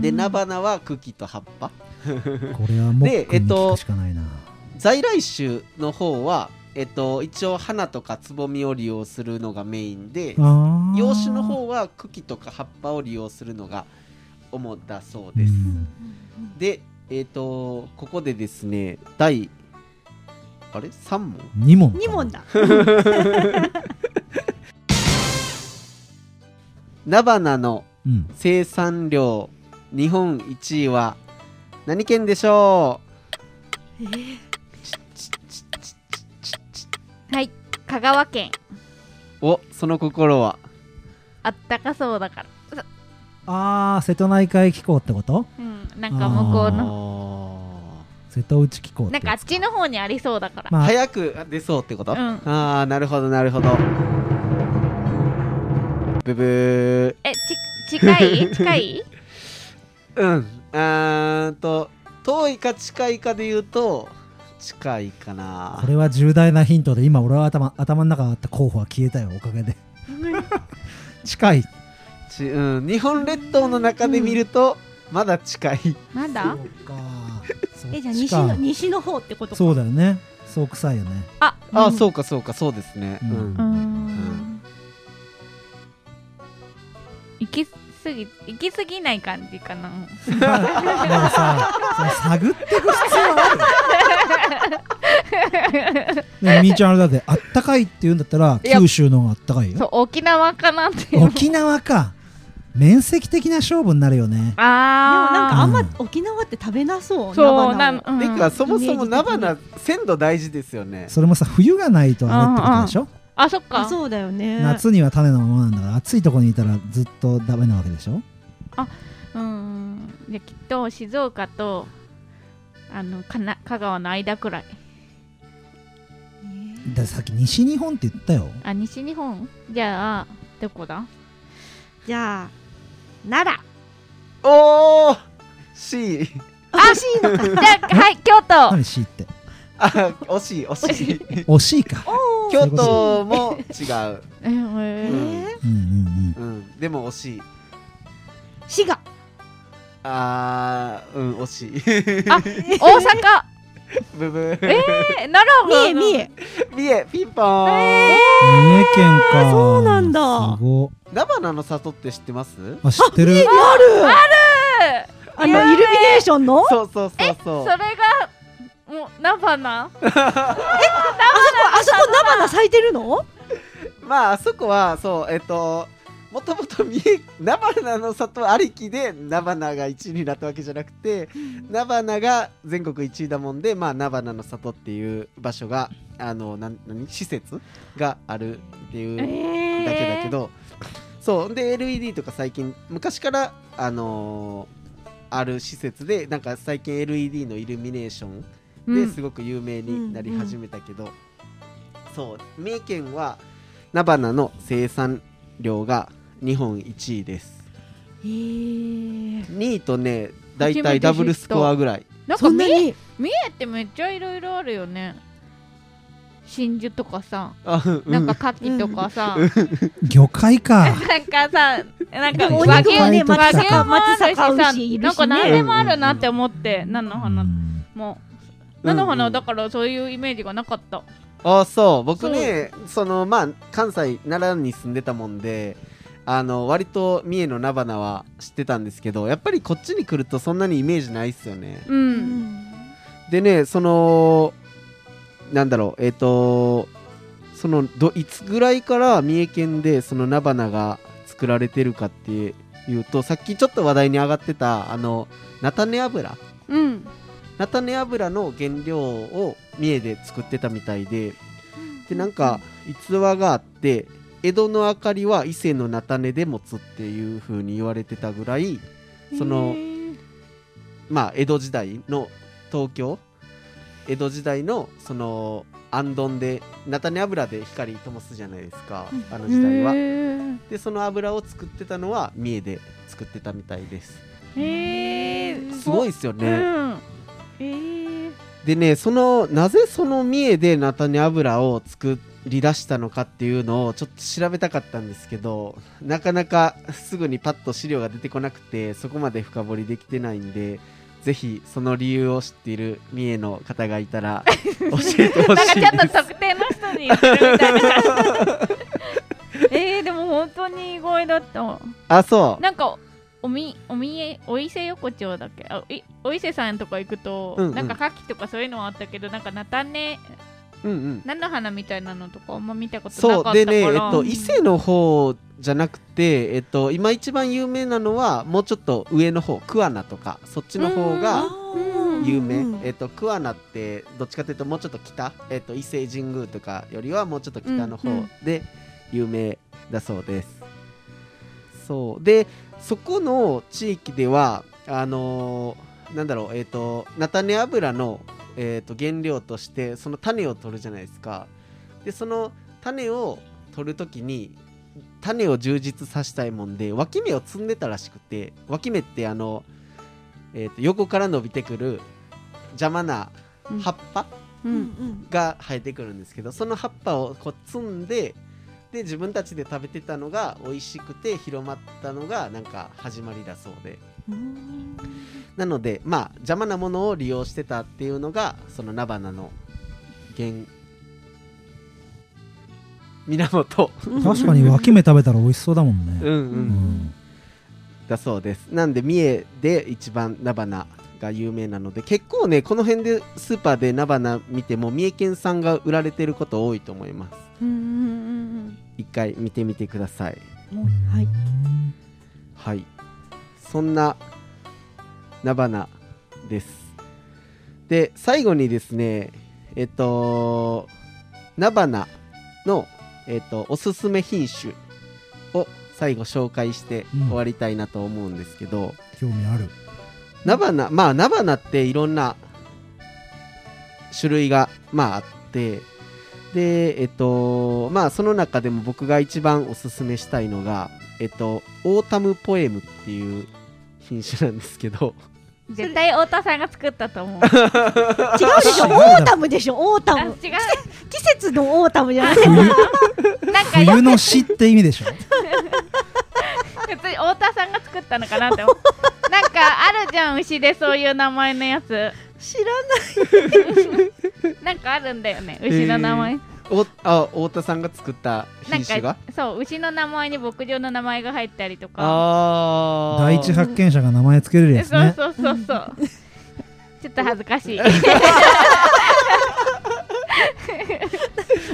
で菜花は茎と葉っぱ。 これはもう聞くしかないな。 在来種の方は、えっと、一応花とかつぼみを利用するのがメインで、洋種の方は茎とか葉っぱを利用するのが主だそうです、うん、で、えっと、ここでですね第あれさん問に問に問だ菜花の生産量、うん、日本一位は何県でしょう？えーはい、香川県。 お、その心はあったかそうだから。 あー、瀬戸内海気候ってこと？ うん、なんか向こうの瀬戸内気候ってなんかあっちの方にありそうだから、 まあ、早く出そうってこと？うん、あー、なるほどなるほど。ブブー。 え、ち、近い？近い？ うん、あーと遠いか近いかで言うと近いかな。 これは重大なヒントで、今俺は 頭, 頭の中にあった候補は消えたよ、おかげで近いち、うん、日本列島の中で見ると、うん、まだ近い。 まだえ、じゃあ西の西の方ってことか。 そうだよね、そう臭いよね。 あ、うん、あ、そうかそうか、そうですね、うんうんうん、 行き過ぎ行き過ぎない感じかな。もうさ、探っていく必要あるね。みーちゃんあれだって、あったかいって言うんだったら九州の方があったかいよ。 そう、沖縄かなっていう。 沖縄か。面積的な勝負になるよね。 あー、でもなんかあんま、うん、沖縄って食べなそう。 そうなの、 うん、てかそもそも菜花鮮度大事ですよね。 それもさ、冬がないとあれってことでしょ。 あ、そっか。 そうだよね。 夏には種のままなんだから、暑いところにいたらずっとダメなわけでしょ。 あ、うん、じゃきっと静岡とあのかな香川の間くらい。 ださっき西日本って言ったよ。 あ、西日本。じゃあどこだ？ じゃあ奈良。おー C。 あ、C のか。 じゃあはい、京都。 何 C って？ あ、惜しい惜しい惜しいか。 京都も違う。 えー、うんうんうん、でも惜しい。 滋賀。 あー、うん、惜しい。 あ、大阪。 ブブー。 えー、奈良が。 三重、三重。 三重、ピンポーン。 えー、三重県か。 そうなんだ。 すご。 菜花の里って知ってます？ あ、知ってる。 ある。 ある。 あのイルミネーションの。 そうそうそうそう。 それが。もう菜花え、あそこあそこ菜花咲いてるの？ まああそこはそう、えっともともと菜花の里ありきで菜花がいちいになったわけじゃなくて、菜花が全国いちいだもんで、まあ、菜花の里っていう場所があのな何施設があるっていうだけだけど、えー、そうで エルイーディー とか最近昔からあのー、ある施設でなんか最近 エルイーディー のイルミネーションですごく有名になり始めたけど、うんうんうん、そう三重県は菜花の生産量が日本いちいです。 へー、 にいとねだいたいダブルスコアぐらい。 なんか三重ってめっちゃいろいろあるよね。真珠とかさ、うん、なんか牡蠣とかさ、うん、 魚介かなんかさ、なんか和牛もね、松阪もあるしさ、 なんか何でもあるなって思って、菜の花も菜の花だからそういうイメージがなかった。 あ、そう僕ね、そのまあ関西奈良に住んでたもんで、あの割と三重の菜花は知ってたんですけど、やっぱりこっちに来るとそんなにイメージないっすよね。 うん、 でね、そのなんだろう、えっ、ー、とそのどいつぐらいから三重県でその菜花が作られてるかっていうと、さっきちょっと話題に上がってたあの菜種油、 うん、 菜種油の原料を三重で作ってたみたいで、でなんか逸話があって、江戸の明かりは伊勢の菜種で持つっていう風に言われてたぐらい、そのまあ江戸時代の東京江戸時代のその行灯で菜種油で光灯すじゃないですか、あの時代は。でその油を作ってたのは三重で作ってたみたいです。 へー、 すごいですよね、うん、 えー、 でね、そのなぜその三重で菜種油を作り出したのかっていうのをちょっと調べたかったんですけど、なかなかすぐにパッと資料が出てこなくて、そこまで深掘りできてないんで、ぜひその理由を知っている三重の方がいたら教えてほしいです。 なんかちょっと特定の人に言ってるみたいなえー、でも本当に意外だった。 あ、そう。 なんかおみおみえお伊勢横丁だっけ、あいお伊勢さんとか行くと、うんうん、なんか牡蠣とかそういうのはあったけど、なんか菜種、うんうん、菜の花みたいなのとかあんま見たことなかったから。 そうでね、えっと、伊勢の方じゃなくて、えっと、今一番有名なのはもうちょっと上の方、桑名とかそっちの方が有名。えっと、桑名ってどっちかというともうちょっと北、えっと、伊勢神宮とかよりはもうちょっと北の方で有名だそうです。うんうん、そうでそこの地域ではあのー、なんだろう、えっと菜種油のえー、と原料としてその種を取るじゃないですか。でその種を取るときに種を充実させたいもんで脇芽を摘んでたらしくて、脇芽ってあの、えー、と横から伸びてくる邪魔な葉っぱが生えてくるんですけど、その葉っぱをこう摘んで、で自分たちで食べてたのが美味しくて広まったのがなんか始まりだそうで、なのでまあ邪魔なものを利用してたっていうのがその菜花の原源。 確かに脇芽食べたら美味しそうだもんね。 うんうん、うん、だそうです。なんで三重で一番菜花が有名なので、結構ねこの辺でスーパーで菜花見ても三重県産が売られてること多いと思います。 うんうんうん、 一回見てみてください。 はいはい、そんな菜花です。で最後にですね、えっと菜花の、えっと、おすすめ品種を最後紹介して終わりたいなと思うんですけど、 うん、興味ある。 菜花、まあ菜花っていろんな種類がまああって、でえっとまあその中でも僕が一番おすすめしたいのが、えっとオータムポエムっていう品種なんですけど、 絶対太田さんが作ったと思う。 違うでしょ、オータムでしょ、オータム。 違う、 季節のオータムじゃない。 冬なんか冬の詩って意味でしょ。 普通に太田さんが作ったのかなって思う。なんかあるじゃん、牛でそういう名前のやつ。 知らない。 なんかあるんだよね、牛の名前。 おあ太田さんが作った品種が、 そう牛の名前に牧場の名前が入ったりとか、 あ第一発見者が名前つけれるやつね。 そうそうそうそうちょっと恥ずかしい。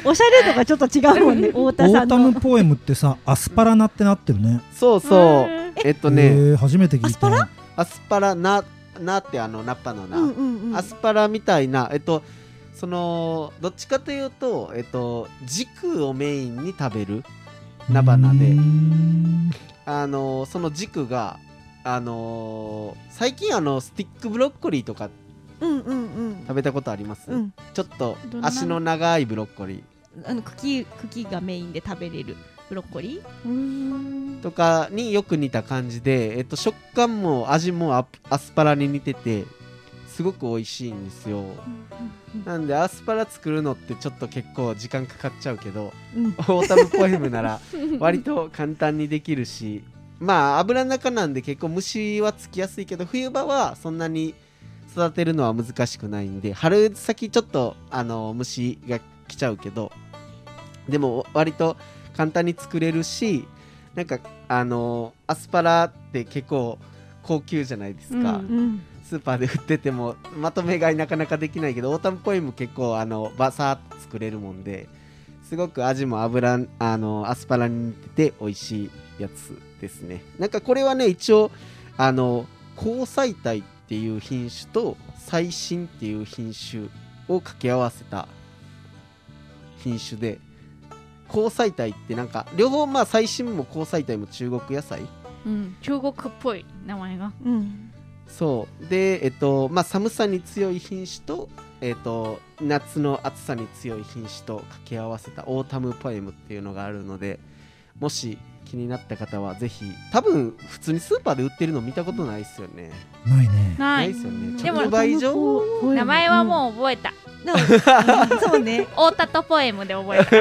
おしゃれ度がちょっと違うもんね太田オータさんのムポエムってさアスパラナってなってるね。 そうそうへえっとね、 えー、初めて聞いた。 アスパラアスパラななってあのナッパのな、 うんうんうんアスパラみたいなえっとそのどっちかというとえっと軸をメインに食べる菜花でうーんあのその軸があの最近あのスティックブロッコリーとかうんうんうん食べたことあります、 うんちょっとどんな足の長いブロッコリあの茎茎がメインで食べれるブロッコリーーとかによく似た感じで、えっと、食感も味もアアスパラに似ててすごく美味しいんですよ。なんでアスパラ作るのってちょっと結構時間かかっちゃうけどうんオータムポエムなら割と簡単にできるしまあ油の中なんで結構虫はつきやすいけど冬場はそんなに育てるのは難しくないんで春先ちょっとあの虫が来ちゃうけどでも割と簡単に作れるしなんかあのアスパラって結構高級じゃないですか、 うんうんスーパーで売っててもまとめ買いなかなかできないけどオータムポエム結構あのバサーっと作れるもんですごく味も油あのアスパラに似てて美味しいやつですね。なんかこれはね一応あの紅彩体っていう品種と最新っていう品種を掛け合わせた品種で紅彩体ってなんか両方まあ最新も紅彩体も中国野菜うん、中国っぽい名前が。 うんそうでえっとまあ寒さに強い品種とえっと夏の暑さに強い品種と掛け合わせたオータムポエムっていうのがあるのでもし気になった方はぜひ多分普通にスーパーで売ってるの見たことないですよね。 ないね。 なないいですよね。 でも直売所名前はもう覚えた。 うんなんかそうねオータとポエムで覚えた。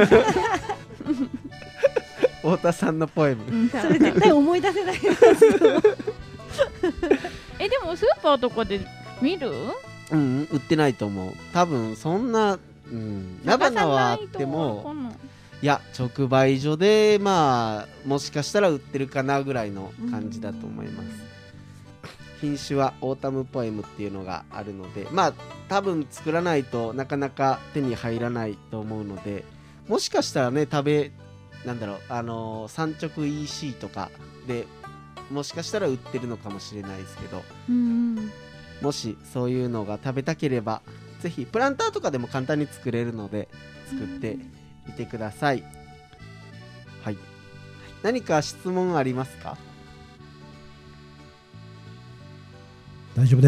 太田さんのポエム、 うんそれ絶対思い出せないえでもスーパーとかで見る？ うん売ってないと思う。多分そんなうん菜花はあってもいや直売所でまあもしかしたら売ってるかなぐらいの感じだと思います。品種はオータムポエムっていうのがあるのでまあ多分作らないとなかなか手に入らないと思うのでもしかしたらね食べなんだろうあのー産直 イーシー とかでもしかしたら売ってるのかもしれないですけどうんもしそういうのが食べたければぜひプランターとかでも簡単に作れるので作ってみてください。はい何か質問ありますか？ 大丈夫です。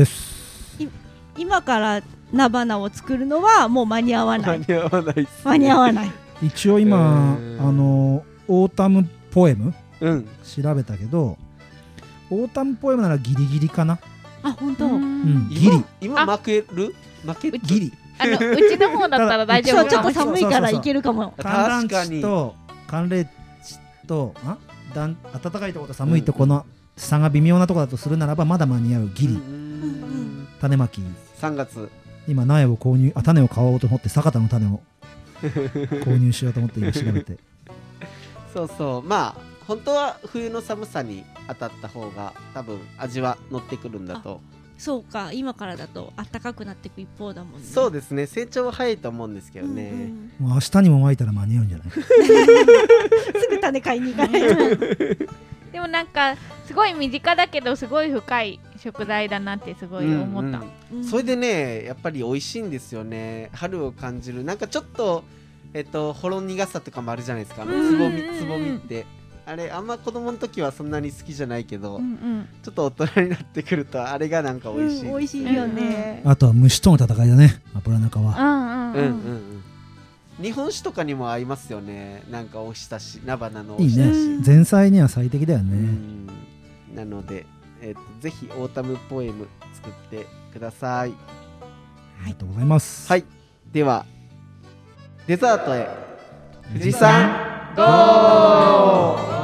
今から菜花を作るのはもう間に合わない間に合わないっす、ね、 間に合わない一応今、 えーあのオータムポエムうん調べたけどオータムポエムならギリギリかな。 あ本当、 うんギリ今今負ける負けるギリあのうちの方だったら大丈夫そうちょっとかもしれない。 寒いからいけるかも寒暖確かに地と寒冷地とあだん暖かいところと寒いところの差が微妙なところだとするならばまだ間に合うギリ、 うんうんうん種まきさんがつ今苗を購入あ種を買おうと思って酒田の種を購入しようと思って今調べてそうそうまあ本当は冬の寒さに当たった方が多分味は乗ってくるんだとそうか今からだと暖かくなっていく一方だもんねそうですね成長は早いと思うんですけどね、 うんうんもう明日にもまいたら間に合うんじゃないすぐ種買いに行かないとでもなんかすごい身近だけどすごい深い食材だなってすごい思った。 うんうんそれでねやっぱり美味しいんですよね。春を感じるなんかちょっとえっとほろ苦さとかもあるじゃないですか。あのつぼみうんうんうんつぼみってあれあんま子供の時はそんなに好きじゃないけど、 うんうんちょっと大人になってくるとあれがなんか美味しい、 うん美味しいよねあとは虫との戦いだね油中は。 うんうんうんうんうんうん日本酒とかにも合いますよね。なんかおひたし菜花のおいいねひたし、 前菜には最適だようね。 んなので、えっとぜひオータムポエム作ってください。 ありがとうございます。 はいではデザートへ富士山ゴー。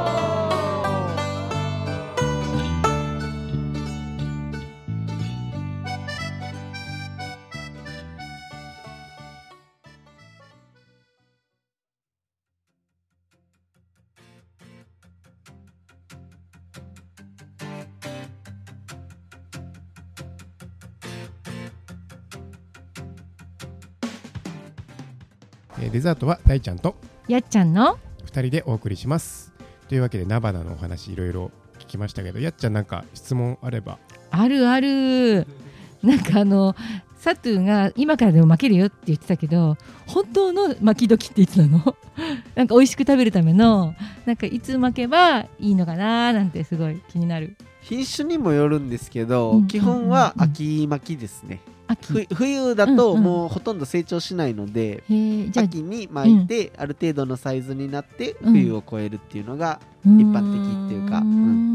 えー、デザートは大ちゃんとやっちゃんのふたりでお送りします。というわけで菜花のお話いろいろ聞きましたけど、やっちゃんなんか質問あれば。 あるある。なんかあのサトゥーが今からでも巻けるよって言ってたけど、本当の巻き時っていつなの？なんか美味しく食べるためのなんかいつ巻けばいいのかななんてすごい気になる。 品種にもよるんですけど、うん、基本は秋巻きですね。 秋冬だともうほとんど成長しないので、うんうん、秋に巻いて、うん、ある程度のサイズになって冬を越えるっていうのが一般的っていうか、うん、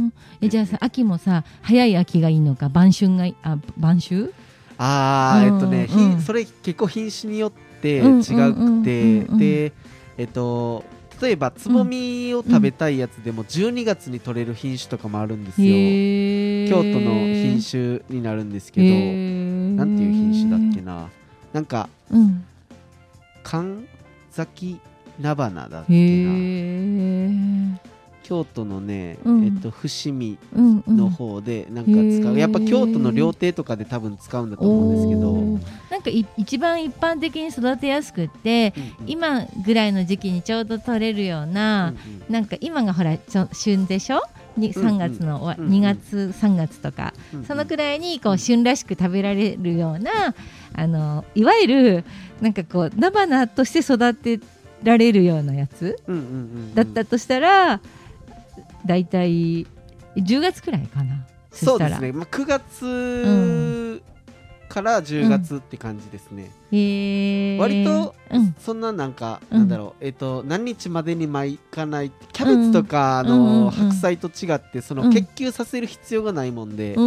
えじゃあさ秋もさ早い秋がいいのか晩春がいいあ晩秋あーえっとね、うん、それ結構品種によって違くて、でえっと例えばつぼみを食べたいやつでもじゅうにがつに取れる品種とかもあるんですよ。京都の品種になるんですけど、なんていう品種だっけな、なんか、うん、神崎菜花だっけな、京都のね、うん、えっと伏見の方でなんか使う、やっぱ京都の料亭とかで多分使うんだと思うんですけど、 なんか一番一般的に育てやすくって、うんうん、今ぐらいの時期にちょうど取れるような、うんうん、なんか今がほらちょ旬でしょ、にさんがつの、うんうん、にがつさんがつとか、うんうん、そのくらいにこう旬らしく食べられるような、あのいわゆるなんかこう菜花として育てられるようなやつ、うんうんうんうん、だったとしたらだいたいじゅうがつくらいかな。 そうですね、まあ、くがつからじゅうがつって感じですね、うん、へ割とそんななんか、うん、なんだろう、えーと、何日までに巻かないキャベツとかの白菜と違ってその結球させる必要がないもんで、うん、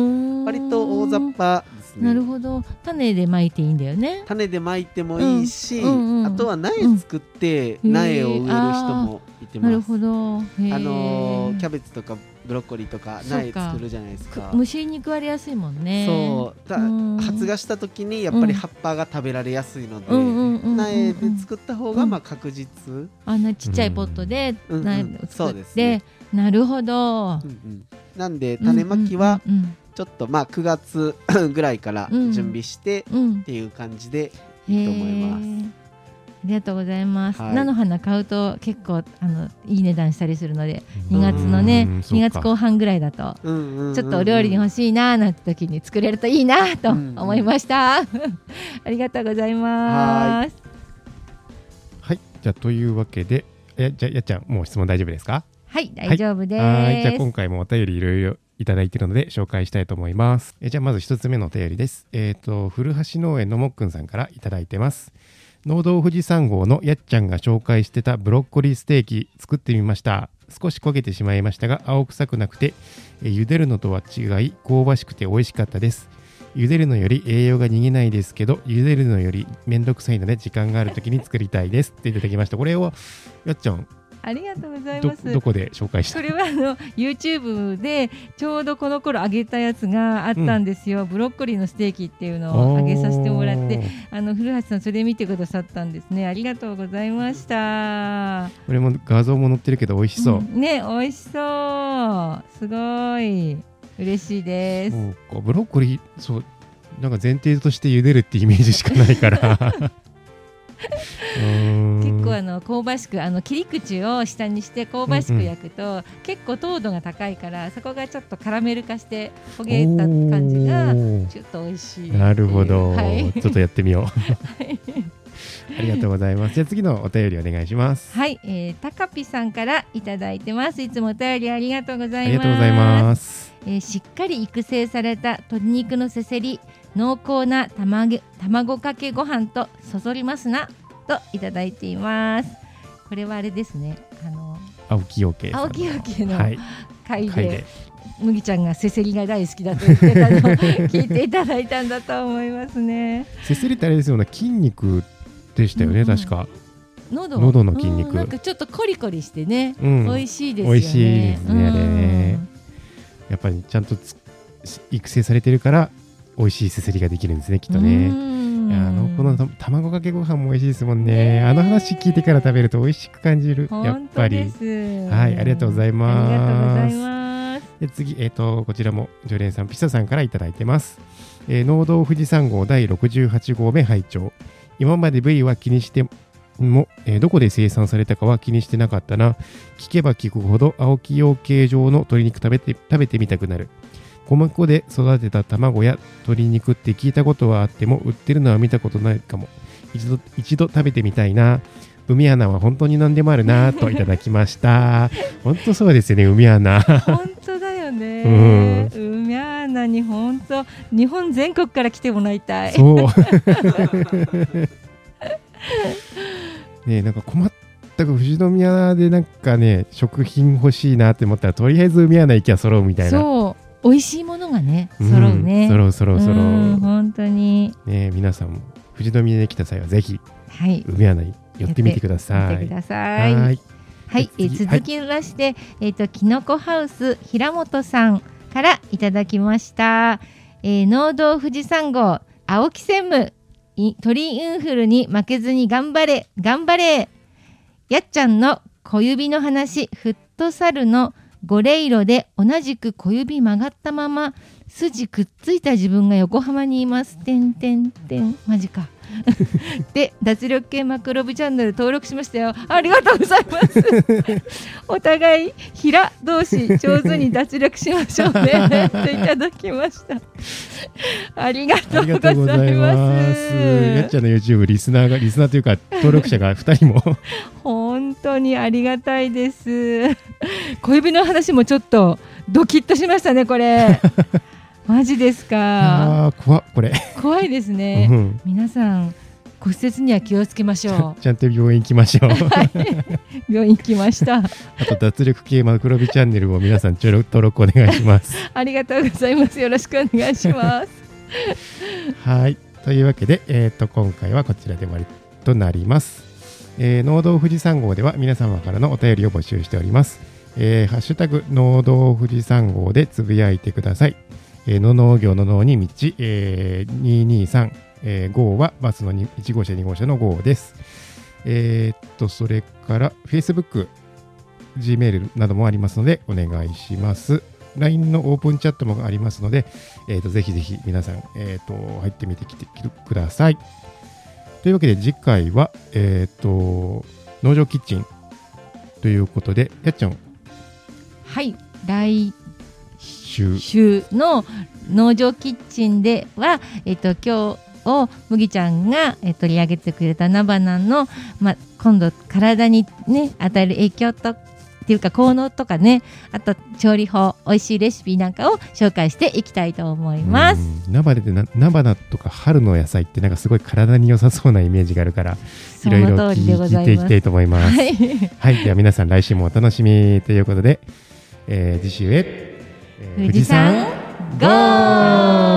割と大雑把ですね。 なるほど、種で巻いていいんだよね。 種で巻いてもいいし、うんうん、あとは苗作って苗を植える人もいてます。 なるほど、あのー、キャベツとかブロッコリーとか苗作るじゃないですか。 虫に食われやすいもんね。 そうだ、うん、発芽した時にやっぱり葉っぱが食べられやすいので、うん、苗で作った方がまあ確実、うん、 あんなちっちゃいポットで苗を作って、うんうん、そうですね、なるほど、うんうん、 なんで種まきはちょっとまあくがつぐらいから準備してっていう感じでいいと思います、うんうん、 ありがとうございます、はい、菜の花買うと結構あのいい値段したりするので、にがつのねにがつこう半ぐらいだとちょっとお料理に欲しいななんて時に作れるといいなと思いました、うんうん、ありがとうございます。 はい、じゃあというわけでえじゃあやっちゃんもう質問大丈夫ですか？ はい大丈夫です、 はい、じゃあ今回もお便りいろいろいただいているので紹介したいと思います。えじゃあまず一つ目のお便りです。えっと古橋農園のもっくんさんからいただいてます。農道富士山号のやっちゃんが紹介してたブロッコリーステーキ作ってみました。少し焦げてしまいましたが青臭くなくてえ茹でるのとは違い香ばしくて美味しかったです。茹でるのより栄養が逃げないですけど茹でるのよりめんどくさいので時間がある時に作りたいですっていただきました。これはやっちゃんありがとうございます。 ど, どこで紹介した？ これはあの YouTube でちょうどこの頃上げたやつがあったんですよ、うん、ブロッコリーのステーキっていうのを上げさせてもらってあの古橋さんそれ見てくださったんですね。ありがとうございました。 これも画像も載ってるけど美味しそう、うん、 ね美味しそうすごい嬉しいです。 そうかブロッコリーそうなんか前提として茹でるってイメージしかないから結構あの香ばしくあの切り口を下にして香ばしく焼くと、うんうん、結構糖度が高いからそこがちょっとカラメル化して焦げた感じがちょっと美味しい。 なるほど、はい、ちょっとやってみよう、はい、ありがとうございます。じゃあ次のお便りお願いします。 はい、えー、たかぴさんからいただいてます。いつもお便りありがとうございます。ありがとうございます。 えー、しっかり育成された鶏肉のせせり濃厚な卵卵かけご飯とそそりますなといただいています。これはあれですね、あの青木養鶏青木養鶏の会で、はい、麦ちゃんがせせりが大好きだと言ってたのを聞いていただいたんだと思いますね。 せせりってあれですよね、筋肉でしたよね、うんうん、確か喉, 喉の筋肉、うん、 なんかちょっとコリコリしてね、うん、美味しいですよね。 美味しいですね、あれね、やっぱりちゃんと育成されてるから美味しいせせりができるんですね、きっとね。いやあのこの卵かけご飯も美味しいですもんね。あの話聞いてから食べると美味しく感じる、やっぱり。はい、ありがとうございます。 ありがとうございます。 で次、えーと、こちらも常連さんピサさんからいただいてます。えー、農道富士山号だいろくじゅうはち号目拝聴。今まで ブイ は気にしても、えーどこで生産されたかは気にしてなかったな。聞けば聞くほど青木養鶏場の鶏肉食べて食べてみたくなる。米粉で育てた卵や鶏肉って聞いたことはあっても売ってるのは見たことないかも。一度一度食べてみたいな。海アナは本当に何でもあるなといただきました本当そうですよね、海アナ本当だよね、うん、海アナに本当日本全国から来てもらいたい。 そうね、なんか困ったく富士宮でなんかね食品欲しいなって思ったらとりあえず海アナ行きゃ揃うみたいな。 そう美味しいものがね揃うね、 うん、揃う揃う揃う、 うん、本当にね、皆さんも富士宮に来た際はぜひ、 はい、 海アナに寄ってみてください。 てください。はい、はい、え続きまして、はい、えっ、ー、ときのこハウス平本さんからいただきました。えー、農道富士山号青木専務鳥インフルに負けずに頑張れ頑張れ。やっちゃんの小指の話、フットサルのゴレイロで同じく小指曲がったまま筋くっついた自分が横浜にいます。てんてんてんマジかで脱力系マクロビチャンネル登録しましたよ。ありがとうございますお互い平同士上手に脱力しましょうねっていただきましたありがとうございます。 やっちゃんの YouTube リスナーがリスナーというか登録者がふたりも本当にありがたいです。小指の話もちょっとドキッとしましたねこれマジですか。 あ怖っこれ怖いですね、うん、皆さん骨折には気をつけましょう。ちゃんと病院行きましょう、はい、 病院行きました。 あと脱力系マクロビチャンネルも皆さん登録お願いしますありがとうございます。よろしくお願いしますはいというわけで、えー、と今回はこちらで終わりとなります。えー、農道富士山号では皆様からのお便りを募集しております。えー、ハッシュタグ農道富士山号でつぶやいてください。えー、の農業の農に道、えー、にひゃくにじゅうさん、えー、号はバスのいち号車に号車の号です。えー、っとそれから Facebook、Gmail などもありますのでお願いします。ライン のオープンチャットもありますので、えー、っとぜひぜひ皆さん、えー、っと入ってみてきてください。というわけで次回は、えー、っと農場キッチンということでやっちゃんはい来週の農場キッチンでは、えっと、今日を麦ちゃんが、え取り上げてくれた菜花の、ま、今度体に、ね、与える影響とっていうか効能とかね、あと調理法、おいしいレシピなんかを紹介していきたいと思います。 菜花でな菜花とか春の野菜ってなんかすごい体に良さそうなイメージがあるからいろいろ聞いていきたいと思います。はい、はい、では皆さん来週もお楽しみということで、えー、次週へ富士山ゴー。